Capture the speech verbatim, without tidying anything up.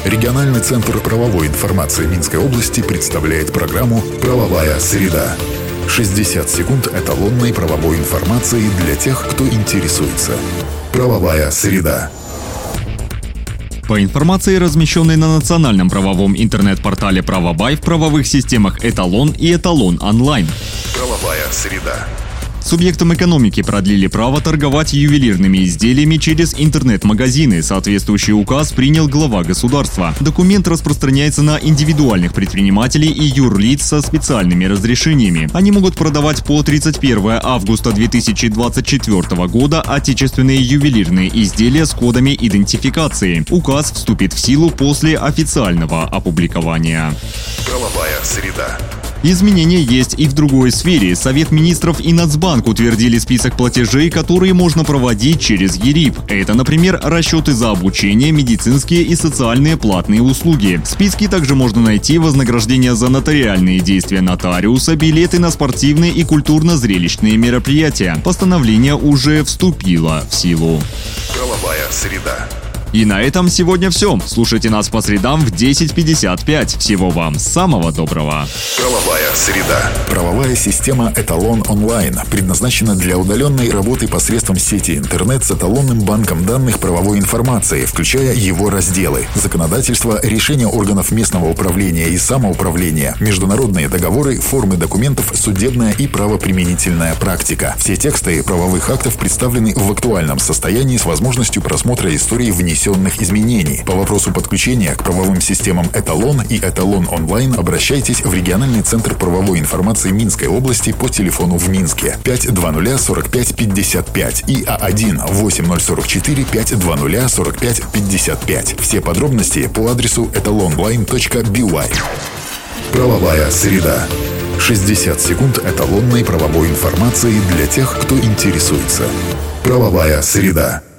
Региональный центр правовой информации Минской области представляет программу «Правовая среда». шестьдесят секунд эталонной правовой информации для тех, кто интересуется. «Правовая среда». По информации, размещенной на национальном правовом интернет-портале «Правобай», в правовых системах «Эталон» и «Эталон онлайн». «Правовая среда». Субъектам экономики продлили право торговать ювелирными изделиями через интернет-магазины. Соответствующий указ принял глава государства. Документ распространяется на индивидуальных предпринимателей и юрлиц со специальными разрешениями. Они могут продавать по тридцать первое августа две тысячи двадцать четвёртого года отечественные ювелирные изделия с кодами идентификации. Указ вступит в силу после официального опубликования. Правовая среда. Изменения есть и в другой сфере. Совет министров и Нацбанк утвердили список платежей, которые можно проводить через ЕРИП. Это, например, расчеты за обучение, медицинские и социальные платные услуги. В списке также можно найти вознаграждение за нотариальные действия нотариуса, билеты на спортивные и культурно-зрелищные мероприятия. Постановление уже вступило в силу. Правовая среда. И на этом сегодня все. Слушайте нас по средам в десять пятьдесят пять. Всего вам самого доброго. Правовая среда. Правовая система «Эталон онлайн» предназначена для удаленной работы посредством сети интернет с эталонным банком данных правовой информации, включая его разделы: законодательство, решения органов местного управления и самоуправления, международные договоры, формы документов, судебная и правоприменительная практика. Все тексты правовых актов представлены в актуальном состоянии с возможностью просмотра истории внесенных изменений. По вопросу подключения к правовым системам «Эталон» и «Эталон онлайн» обращайтесь в региональный центр правовой информации Минской области по телефону в Минске пять двадцать сорок пять пятьдесят пять и А один восемь ноль сорок четыре пять двадцать сорок пять пятьдесят пять. Все подробности по адресу эталонлайн точка би уай. Правовая среда. шестьдесят секунд эталонной правовой информации для тех, кто интересуется. Правовая среда.